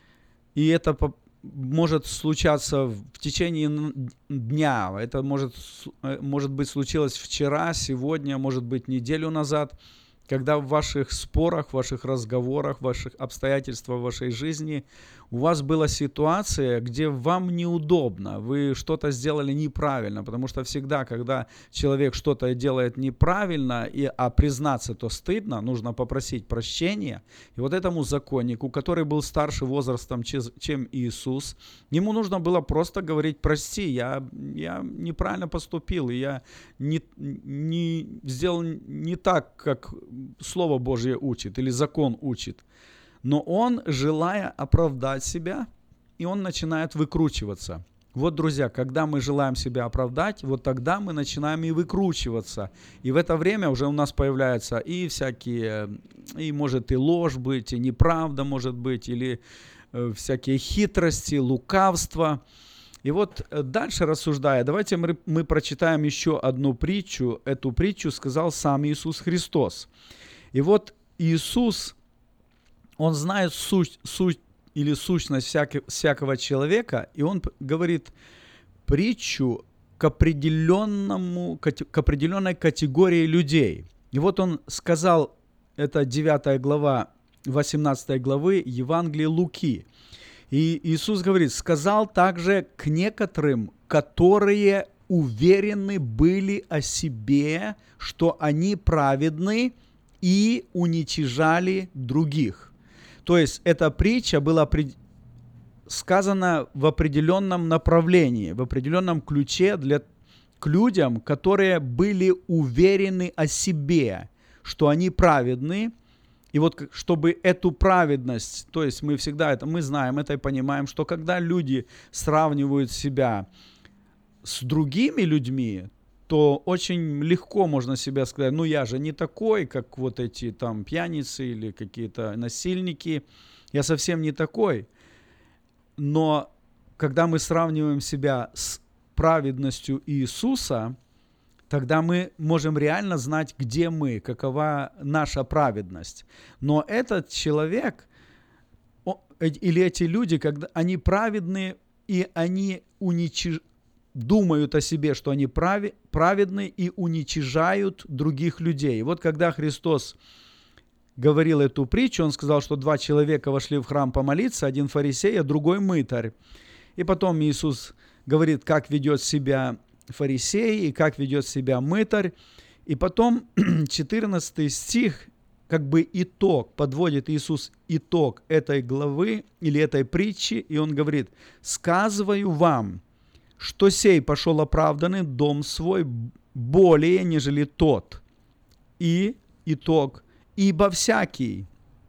и это может случаться в течение дня, это может, может быть случилось вчера, сегодня, может быть неделю назад, когда в ваших спорах, в ваших разговорах, в ваших обстоятельствах в вашей жизни у вас была ситуация, где вам неудобно, вы что-то сделали неправильно, потому что всегда, когда человек что-то делает неправильно, и, а признаться то стыдно, нужно попросить прощения. И вот этому законнику, который был старше возрастом, чем Иисус, ему нужно было просто говорить: прости, я, я неправильно поступил, и я не, не сделал не так, как Слово Божье учит или закон учит. Но он, желая оправдать себя, и он начинает выкручиваться. Вот, друзья, когда мы желаем себя оправдать, вот тогда мы начинаем и выкручиваться. И в это время уже у нас появляются и всякие, и может и ложь быть, и неправда может быть, или э, всякие хитрости, лукавство. И вот дальше рассуждая, давайте мы, мы прочитаем еще одну притчу. Эту притчу сказал сам Иисус Христос. И вот Иисус, Он знает суть, суть или сущность всякого, всякого человека, и он говорит притчу к определенному, к определенной категории людей. И вот он сказал, это девятая глава, восемнадцатой главы Евангелия Луки. И Иисус говорит, сказал также к некоторым, которые уверены были о себе, что они праведны, и уничижали других. То есть эта притча была сказана в определенном направлении, в определенном ключе для, к людям, которые были уверены о себе, что они праведны. И вот чтобы эту праведность, то есть мы всегда это, мы знаем это и понимаем, что когда люди сравнивают себя с другими людьми, то очень легко можно себя сказать, ну я же не такой, как вот эти там пьяницы или какие-то насильники, я совсем не такой. Но когда мы сравниваем себя с праведностью Иисуса, тогда мы можем реально знать, где мы, какова наша праведность. Но этот человек или эти люди, когда они праведны, и они уничиж... думают о себе, что они прави... праведны, и уничижают других людей. Вот когда Христос говорил эту притчу, он сказал, что два человека вошли в храм помолиться, один фарисей, а другой мытарь. И потом Иисус говорит, как ведет себя фарисей и как ведет себя мытарь. И потом четырнадцатый стих, как бы итог, подводит Иисус итог этой главы или этой притчи, и он говорит, «Сказываю вам, что сей пошел оправданный в дом свой более, нежели тот». И итог, «Ибо всякий,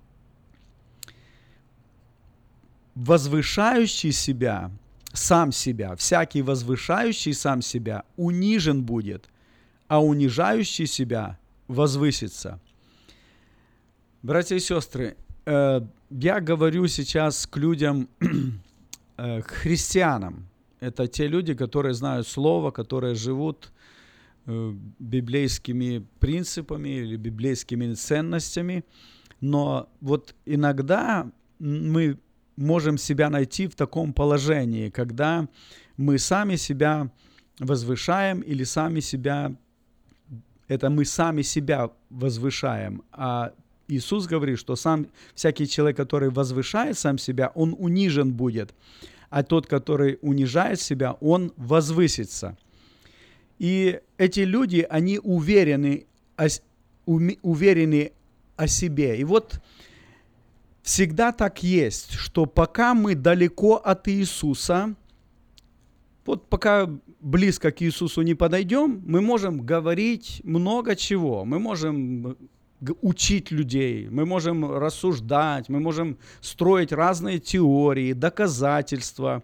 возвышающий себя, сам себя, всякий возвышающий сам себя, унижен будет, а унижающий себя возвысится». Братья и сестры, э, я говорю сейчас к людям, э, к христианам. Это те люди, которые знают Слово, которые живут э, библейскими принципами или библейскими ценностями. Но вот иногда мы можем себя найти в таком положении, когда мы сами себя возвышаем или сами себя, это мы сами себя возвышаем, а Иисус говорит, что сам всякий человек, который возвышает сам себя, он унижен будет, а тот, который унижает себя, он возвысится. И эти люди, они уверены о, уверены о себе. И вот всегда так есть, что пока мы далеко от Иисуса, вот пока близко к Иисусу не подойдем, мы можем говорить много чего. Мы можем учить людей, мы можем рассуждать, мы можем строить разные теории, доказательства.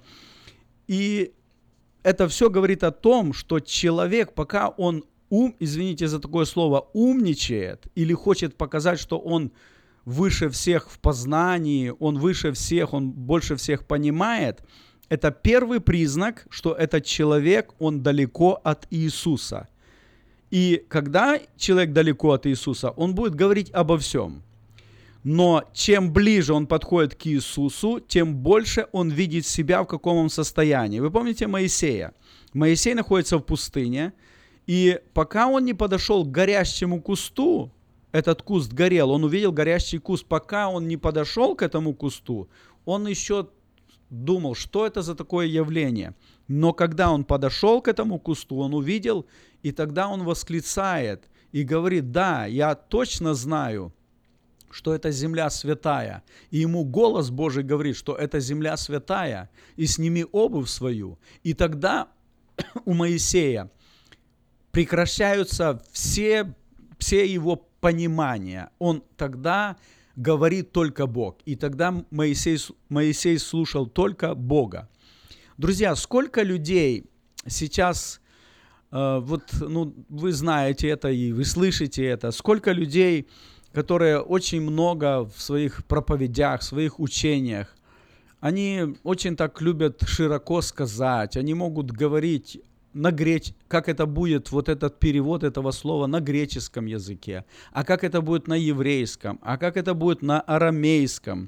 И это все говорит о том, что человек, пока он, ум, извините за такое слово, умничает или хочет показать, что он выше всех в познании, он выше всех, он больше всех понимает, это первый признак, что этот человек, он далеко от Иисуса. И когда человек далеко от Иисуса, он будет говорить обо всем. Но чем ближе он подходит к Иисусу, тем больше он видит себя, в каком он состоянии. Вы помните Моисея? Моисей находится в пустыне, и пока он не подошел к горящему кусту, этот куст горел, он увидел горящий куст, пока он не подошел к этому кусту, он еще думал, что это за такое явление. Но когда он подошел к этому кусту, он увидел, и тогда он восклицает и говорит, да, я точно знаю, что это земля святая. И ему голос Божий говорит, что это земля святая, и сними обувь свою. И тогда у Моисея прекращаются все, все его понимания. Он тогда говорит только Бог. И тогда Моисей, Моисей слушал только Бога. Друзья, сколько людей сейчас, э, вот, ну, вы знаете это и вы слышите это, сколько людей, которые очень много в своих проповедях, в своих учениях, они очень так любят широко сказать, они могут говорить на греч... как это будет, вот этот перевод этого слова на греческом языке, а как это будет на еврейском, а как это будет на арамейском.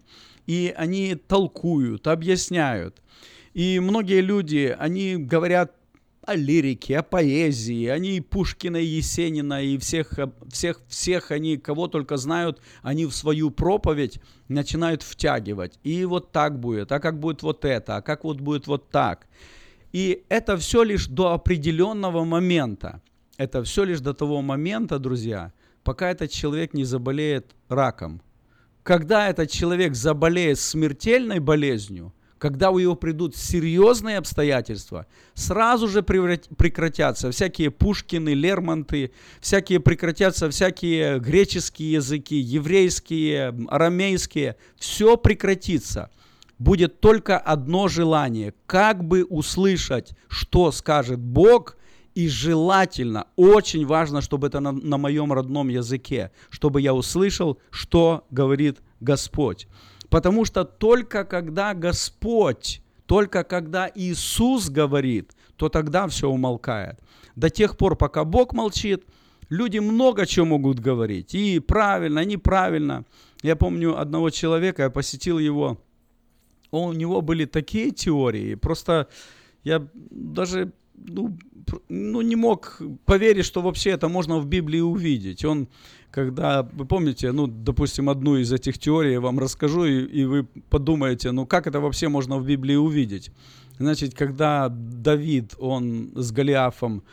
и они толкуют, объясняют. И многие люди, они говорят о лирике, о поэзии, они Пушкина, и Есенина, и всех, всех, всех они, кого только знают, они в свою проповедь начинают втягивать. И вот так будет, а как будет вот это, а как вот будет вот так. И это все лишь до определенного момента. Это все лишь до того момента, друзья, пока этот человек не заболеет раком. Когда этот человек заболеет смертельной болезнью, когда у него придут серьезные обстоятельства, сразу же прекратятся всякие Пушкины, Лермонты, всякие прекратятся всякие греческие языки, еврейские, арамейские. Все прекратится. Будет только одно желание, как бы услышать, что скажет Бог, и желательно, очень важно, чтобы это на, на моем родном языке, чтобы я услышал, что говорит Господь. Потому что только когда Господь, только когда Иисус говорит, то тогда все умолкает. До тех пор, пока Бог молчит, люди много чего могут говорить. И правильно, и неправильно. Я помню одного человека, я посетил его, у него были такие теории, просто я даже ну, ну, не мог поверить, что вообще это можно в Библии увидеть. Он, когда, вы помните, ну, допустим, одну из этих теорий я вам расскажу, и, и вы подумаете, ну, как это вообще можно в Библии увидеть? Значит, когда Давид, он с Голиафом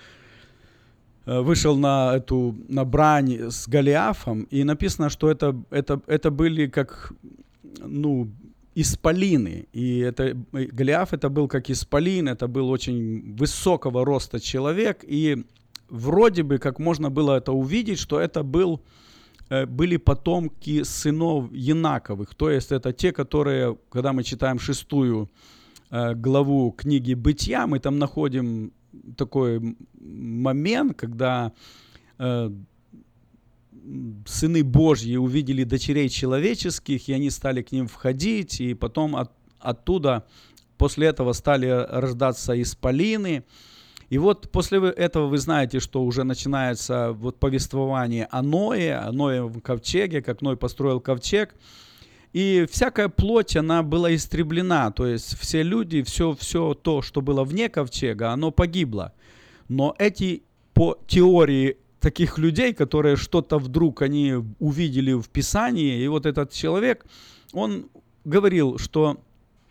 вышел на эту, на брань с Голиафом, и написано, что это, это, это были как, ну, исполины, и это, Голиаф это был как исполин, это был очень высокого роста человек, и вроде бы как можно было это увидеть, что это был, были потомки сынов Янаковых, то есть это те, которые, когда мы читаем шестую главу книги Бытия, мы там находим такой момент, когда сыны Божьи увидели дочерей человеческих, и они стали к ним входить, и потом от, оттуда, после этого стали рождаться исполины. И вот после этого вы знаете, что уже начинается вот повествование о Ное, о Ное в ковчеге, как Ной построил ковчег. И всякая плоть, она была истреблена, то есть все люди, все, все то, что было вне ковчега, оно погибло. Но эти, по теории таких людей, которые что-то вдруг они увидели в Писании, и вот этот человек, он говорил, что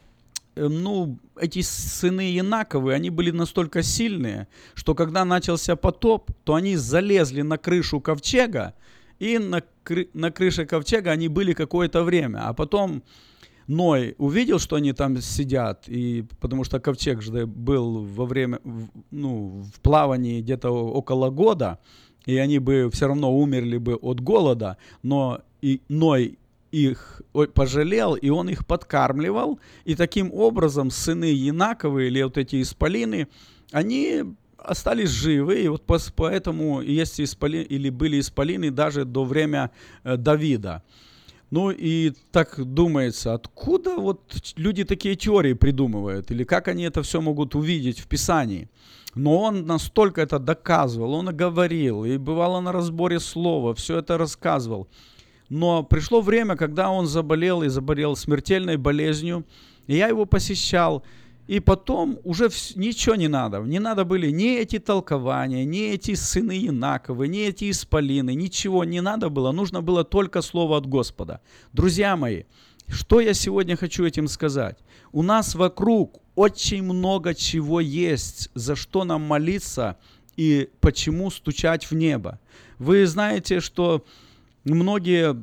ну, эти сыны Янаковы, они были настолько сильные, что когда начался потоп, то они залезли на крышу ковчега, и на, кры- на крыше ковчега они были какое-то время, а потом Ной увидел, что они там сидят, и, потому что ковчег же был во время, ну, в плавании где-то около года, и они бы все равно умерли бы от голода, но и Ной их пожалел, и он их подкармливал, и таким образом сыны Янаковы, или вот эти исполины, они остались живы, и вот поэтому есть исполины, или были исполины даже до времени Давида. Ну и так думается, откуда вот люди такие теории придумывают, или как они это все могут увидеть в Писании? Но он настолько это доказывал, он говорил, и бывало на разборе слова, все это рассказывал. Но пришло время, когда он заболел, и заболел смертельной болезнью, и я его посещал, и потом уже вс- ничего не надо. Не надо были ни эти толкования, ни эти сыны Янаковы, ни эти исполины, ничего не надо было. Нужно было только слово от Господа. Друзья мои, что я сегодня хочу этим сказать? У нас вокруг очень много чего есть, за что нам молиться и почему стучать в небо. Вы знаете, что многие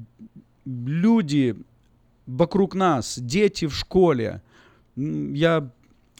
люди вокруг нас, дети в школе, я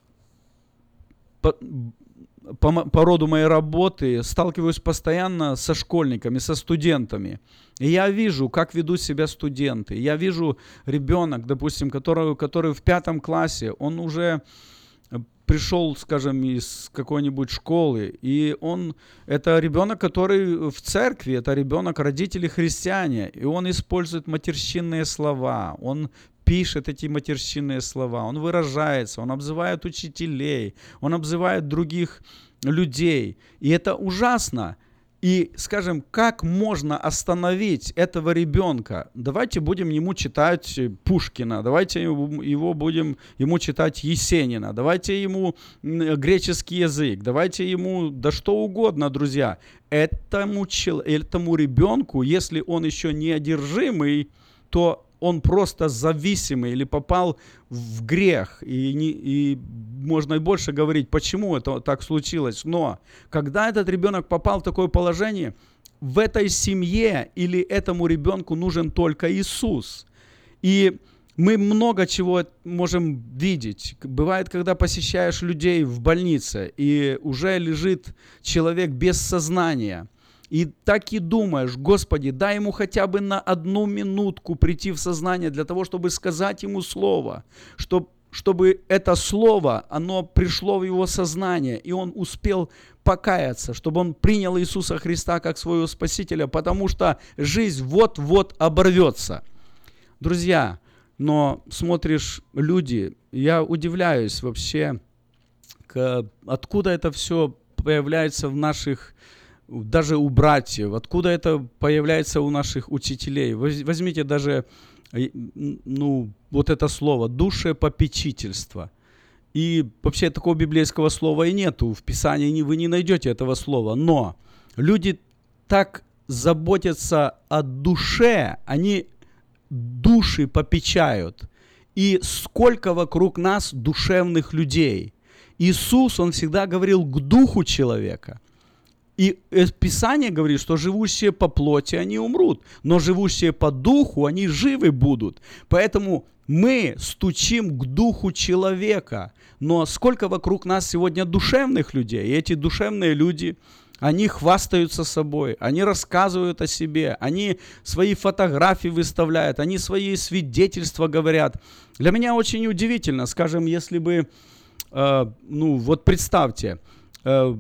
по, по, по роду моей работы сталкиваюсь постоянно со школьниками, со студентами. И я вижу, как ведут себя студенты. Я вижу ребенок, допустим, который, который в пятом классе, он уже пришел, скажем, из какой-нибудь школы, и он, это ребенок, который в церкви, это ребенок, родители христиане, и он использует матерщинные слова, он пишет эти матерщинные слова, он выражается, он обзывает учителей, он обзывает других людей. И это ужасно. И, скажем, как можно остановить этого ребенка? Давайте будем ему читать Пушкина, давайте его будем ему читать Есенина, давайте ему греческий язык, давайте ему да что угодно, друзья. Этому, этому ребенку, если он еще не одержимый, то он просто зависимый или попал в грех. И, не, и можно и больше говорить, почему это так случилось. Но когда этот ребенок попал в такое положение, в этой семье или этому ребенку нужен только Иисус. И мы много чего можем видеть. Бывает, когда посещаешь людей в больнице, и уже лежит человек без сознания. И так и думаешь, Господи, дай ему хотя бы на одну минутку прийти в сознание для того, чтобы сказать ему слово, чтобы, чтобы это слово, оно пришло в его сознание, и он успел покаяться, чтобы он принял Иисуса Христа как своего Спасителя, потому что жизнь вот-вот оборвется. Друзья, но смотришь, люди, я удивляюсь вообще, к, откуда это все появляется в наших даже у братьев, откуда это появляется у наших учителей. Возьмите даже, ну, вот это слово «душепопечительство». И вообще такого библейского слова и нету. В Писании вы не найдете этого слова. Но люди так заботятся о душе, они души попечают. И сколько вокруг нас душевных людей. Иисус, Он всегда говорил к духу человека. И Писание говорит, что живущие по плоти, они умрут, но живущие по духу, они живы будут. Поэтому мы стучим к духу человека. Но сколько вокруг нас сегодня душевных людей, и эти душевные люди, они хвастаются собой, они рассказывают о себе, они свои фотографии выставляют, они свои свидетельства говорят. Для меня очень удивительно, скажем, если бы, э, ну вот представьте, э,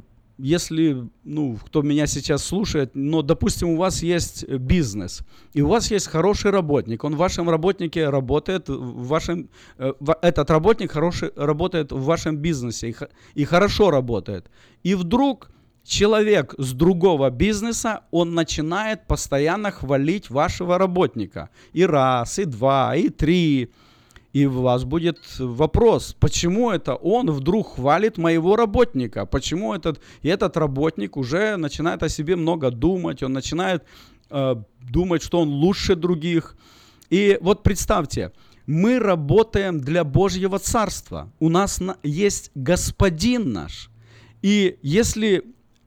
если, ну, кто меня сейчас слушает, но, допустим, у вас есть бизнес, и у вас есть хороший работник, он в вашем работнике работает, в вашем, э, этот работник хороший, работает в вашем бизнесе и, и хорошо работает. И вдруг человек с другого бизнеса, он начинает постоянно хвалить вашего работника. И раз, и два, и три. И у вас будет вопрос, почему это он вдруг хвалит моего работника? Почему этот, и этот работник уже начинает о себе много думать, он начинает э, думать, что он лучше других. И вот представьте, мы работаем для Божьего Царства. У нас на, есть Господин наш. И если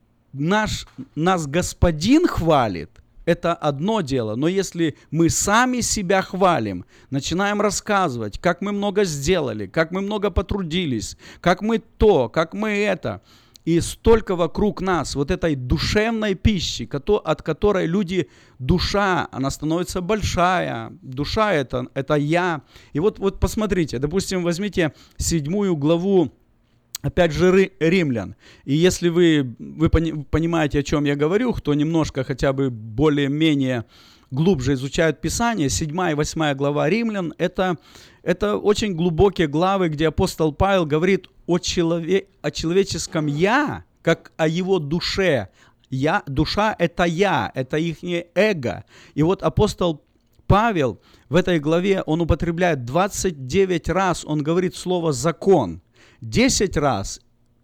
наш, нас Господин хвалит, это одно дело, но если мы сами себя хвалим, начинаем рассказывать, как мы много сделали, как мы много потрудились, как мы то, как мы это, и столько вокруг нас вот этой душевной пищи, от которой люди, душа, она становится большая, душа это, это я. И вот, вот посмотрите, допустим, возьмите седьмую главу, опять же, Римлян. И если вы, вы понимаете, о чем я говорю, кто немножко хотя бы более-менее глубже изучает Писание, седьмая и восьмая глава Римлян, это, это очень глубокие главы, где апостол Павел говорит о, человек, о человеческом «я», как о его душе. Я, душа – это «я», это их эго. И вот апостол Павел в этой главе, он употребляет двадцать девять раз, он говорит слово «закон». десять раз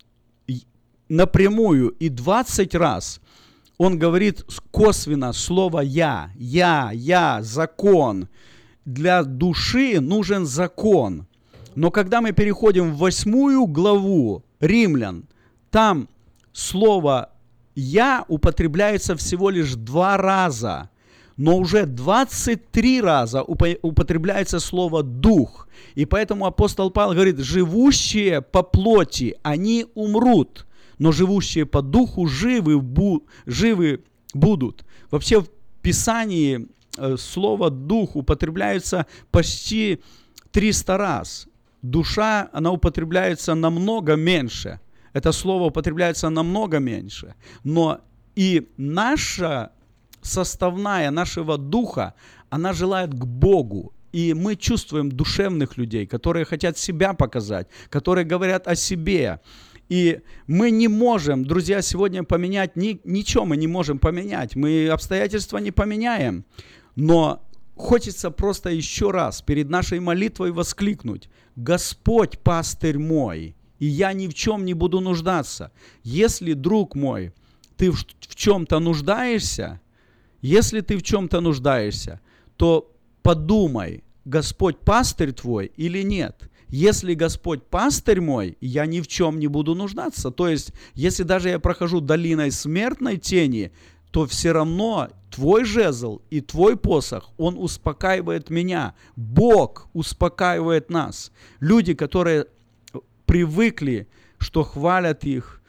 напрямую и двадцать раз он говорит косвенно слово «я», «я», «я», «закон». Для души нужен закон. Но когда мы переходим в восьмую главу Римлян, там слово «я» употребляется всего лишь два раза. Но уже двадцать три раза употребляется слово «дух». И поэтому апостол Павел говорит, живущие по плоти, они умрут, но живущие по духу живы, бу, живы будут. Вообще в Писании слово «дух» употребляется почти триста раз. Душа, она употребляется намного меньше. Это слово употребляется намного меньше. Но и наша составная нашего духа, она желает к Богу. И мы чувствуем душевных людей, которые хотят себя показать, которые говорят о себе. И мы не можем, друзья, сегодня поменять, ни, ничего мы не можем поменять, мы обстоятельства не поменяем. Но хочется просто еще раз перед нашей молитвой воскликнуть: Господь пастырь мой, и я ни в чем не буду нуждаться. Если, друг мой, ты в, в чем-то нуждаешься, если ты в чем-то нуждаешься, то подумай, Господь пастырь твой или нет. Если Господь пастырь мой, я ни в чем не буду нуждаться. То есть, если даже я прохожу долиной смертной тени, то все равно твой жезл и твой посох, он успокаивает меня. Бог успокаивает нас. Люди, которые привыкли, что хвалят их,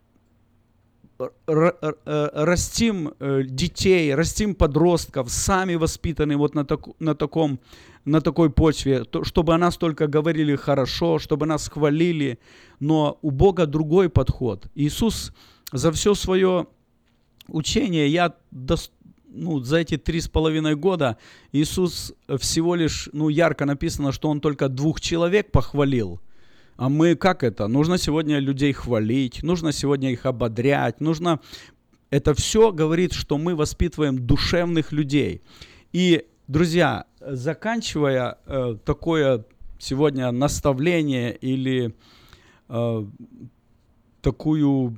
растим детей, растим подростков, сами воспитаны вот на, так, на, таком, на такой почве, чтобы о нас только говорили хорошо, чтобы нас хвалили. Но у Бога другой подход. Иисус за все свое учение, я ну, за эти три с половиной года, Иисус всего лишь, ну, ярко написано, что Он только двух человек похвалил. А мы как это? Нужно сегодня людей хвалить, нужно сегодня их ободрять, нужно... Это все говорит, что мы воспитываем душевных людей. И, друзья, заканчивая э, такое сегодня наставление или э, такую...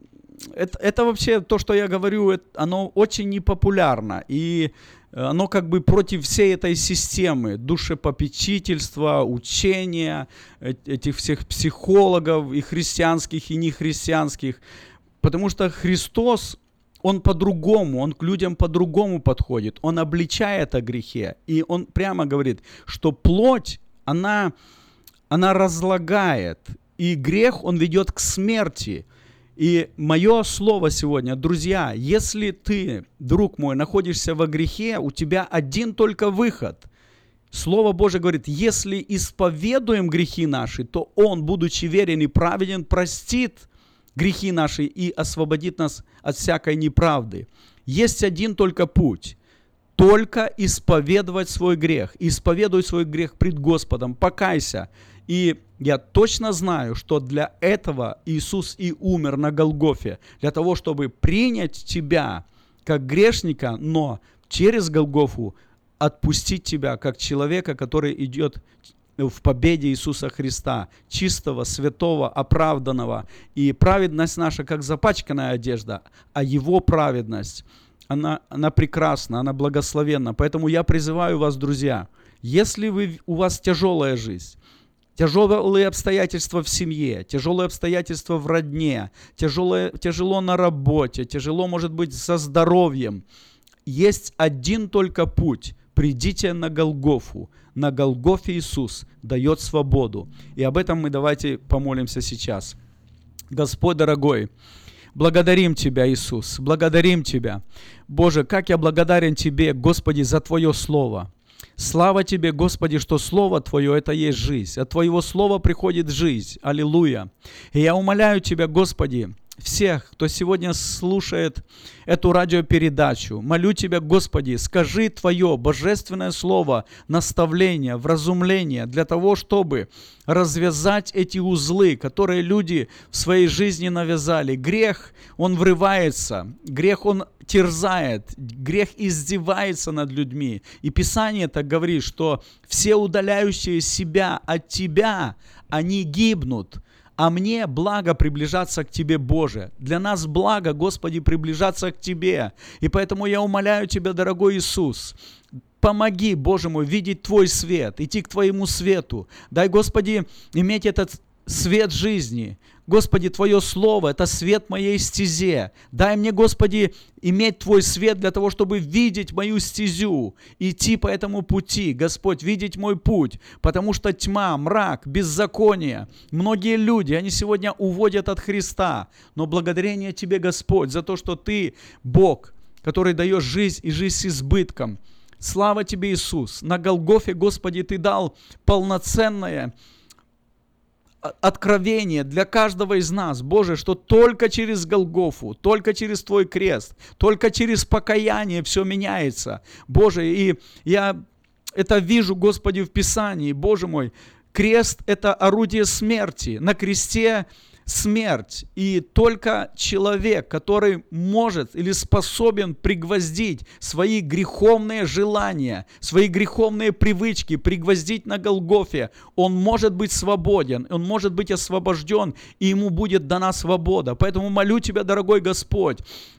Это, это вообще то, что я говорю, это, оно очень непопулярно. И оно как бы против всей этой системы душепопечительства, учения, этих всех психологов, и христианских, и нехристианских. Потому что Христос, Он по-другому, Он к людям по-другому подходит. Он обличает о грехе. И Он прямо говорит, что плоть, она, она разлагает. И грех, он ведет к смерти. И мое слово сегодня, друзья, если ты, друг мой, находишься во грехе, у тебя один только выход. Слово Божие говорит, если исповедуем грехи наши, то Он, будучи верен и праведен, простит грехи наши и освободит нас от всякой неправды. Есть один только путь. Только исповедовать свой грех. Исповедуй свой грех пред Господом, покайся. И я точно знаю, что для этого Иисус и умер на Голгофе, для того, чтобы принять тебя как грешника, но через Голгофу отпустить тебя как человека, который идет в победе Иисуса Христа, чистого, святого, оправданного. И праведность наша, как запачканная одежда, а Его праведность, она, она прекрасна, она благословенна. Поэтому я призываю вас, друзья, если вы, у вас тяжелая жизнь, тяжелые обстоятельства в семье, тяжелые обстоятельства в родне, тяжелое, тяжело на работе, тяжело, может быть, со здоровьем. Есть один только путь. Придите на Голгофу. На Голгофе Иисус дает свободу. И об этом мы давайте помолимся сейчас. Господь дорогой, благодарим Тебя, Иисус, благодарим Тебя. Боже, как я благодарен Тебе, Господи, за Твое Слово. Слава Тебе, Господи, что Слово Твое – это есть жизнь. От Твоего Слова приходит жизнь. Аллилуйя. И я умоляю Тебя, Господи, всех, кто сегодня слушает эту радиопередачу, молю Тебя, Господи, скажи Твое божественное Слово, наставление, вразумление для того, чтобы развязать эти узлы, которые люди в своей жизни навязали. Грех, он врывается, грех, он терзает, грех издевается над людьми. И Писание так говорит, что все удаляющие себя от Тебя, они гибнут. А мне благо приближаться к Тебе, Боже. Для нас благо, Господи, приближаться к Тебе. И поэтому я умоляю Тебя, дорогой Иисус, помоги, Боже мой, видеть Твой свет, идти к Твоему свету. Дай, Господи, иметь этот свет жизни. Господи, Твое Слово – это свет моей стезе. Дай мне, Господи, иметь Твой свет для того, чтобы видеть мою стезю, идти по этому пути, Господь, видеть мой путь, потому что тьма, мрак, беззаконие, многие люди, они сегодня уводят от Христа, но благодарение Тебе, Господь, за то, что Ты Бог, который даешь жизнь и жизнь с избытком. Слава Тебе, Иисус! На Голгофе, Господи, Ты дал полноценное откровение для каждого из нас, Боже, что только через Голгофу, только через Твой крест, только через покаяние все меняется, Боже, и я это вижу, Господи, в Писании, Боже мой, крест – это орудие смерти, на кресте смерть. И только человек, который может или способен пригвоздить свои греховные желания, свои греховные привычки, пригвоздить на Голгофе, он может быть свободен, он может быть освобожден, и ему будет дана свобода. Поэтому молю Тебя, дорогой Господь,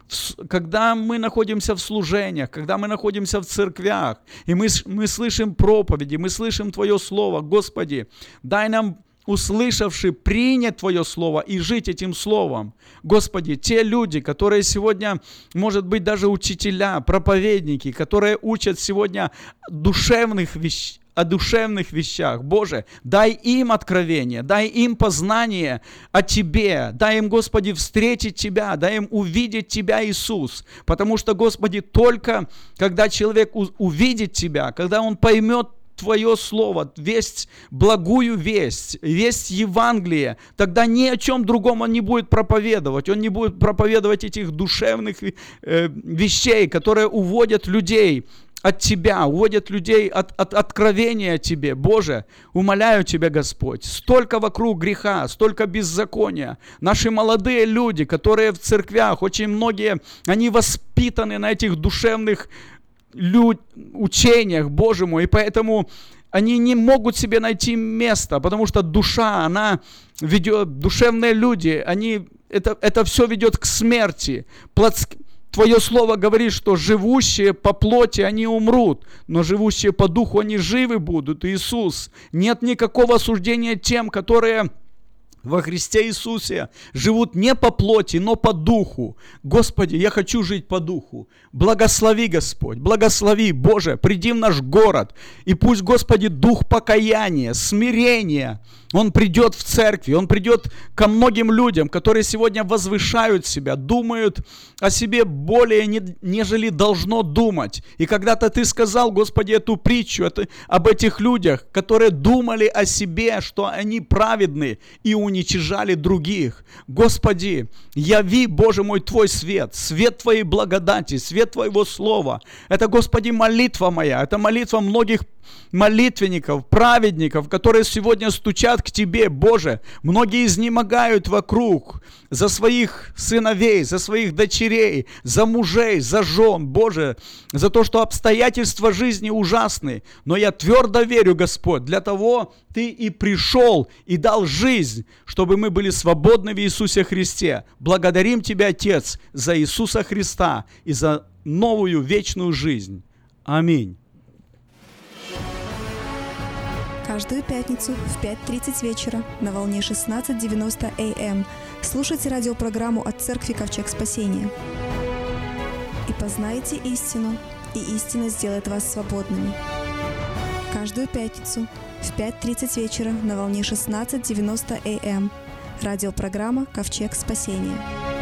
когда мы находимся в служениях, когда мы находимся в церквях, и мы, мы слышим проповеди, мы слышим Твое Слово, Господи, дай нам, услышавши, принять Твое Слово и жить этим Словом. Господи, те люди, которые сегодня, может быть, даже учителя, проповедники, которые учат сегодня душевных вещей, о душевных вещах. Боже, дай им откровение, дай им познание о Тебе, дай им, Господи, встретить Тебя, дай им увидеть Тебя, Иисус. Потому что, Господи, только когда человек увидит Тебя, когда он поймет Твое Слово, весть, благую весть, весть Евангелия, тогда ни о чем другом он не будет проповедовать. Он не будет проповедовать этих душевных э, вещей, которые уводят людей от Тебя, уводят людей от, от откровения о Тебе. Боже, умоляю Тебя, Господь, столько вокруг греха, столько беззакония. Наши молодые люди, которые в церквях, очень многие, они воспитаны на этих душевных люд... учениях, Боже мой, и поэтому они не могут себе найти место, потому что душа, она ведет, душевные люди, они, это, это все ведет к смерти. Плотск... Твое Слово говорит, что живущие по плоти, они умрут, но живущие по духу, они живы будут. Иисус, нет никакого осуждения тем, которые во Христе Иисусе живут не по плоти, но по духу. Господи, я хочу жить по духу. Благослови, Господь, благослови, Боже, приди в наш город. И пусть, Господи, дух покаяния, смирения, он придет в церкви, он придет ко многим людям, которые сегодня возвышают себя, думают о себе более, не, нежели должно думать. И когда-то Ты сказал, Господи, эту притчу это, об этих людях, которые думали о себе, что они праведны, и уничижали других. Господи, яви, Боже мой, Твой свет, свет Твоей благодати, свет Твоего Слова. Это, Господи, молитва моя, это молитва многих молитвенников, праведников, которые сегодня стучат к Тебе, Боже. Многие изнемогают вокруг за своих сыновей, за своих дочерей, за мужей, за жен, Боже, за то, что обстоятельства жизни ужасны. Но я твердо верю, Господь, для того Ты и пришел и дал жизнь, чтобы мы были свободны в Иисусе Христе. Благодарим Тебя, Отец, за Иисуса Христа и за новую вечную жизнь. Аминь. Каждую пятницу в пять тридцать вечера на волне шестнадцать девяносто эй эм слушайте радиопрограмму от Церкви Ковчег Спасения. И познайте истину, и истина сделает вас свободными. Каждую пятницу в пять тридцать вечера на волне шестнадцать девяносто эй эм радиопрограмма Ковчег Спасения.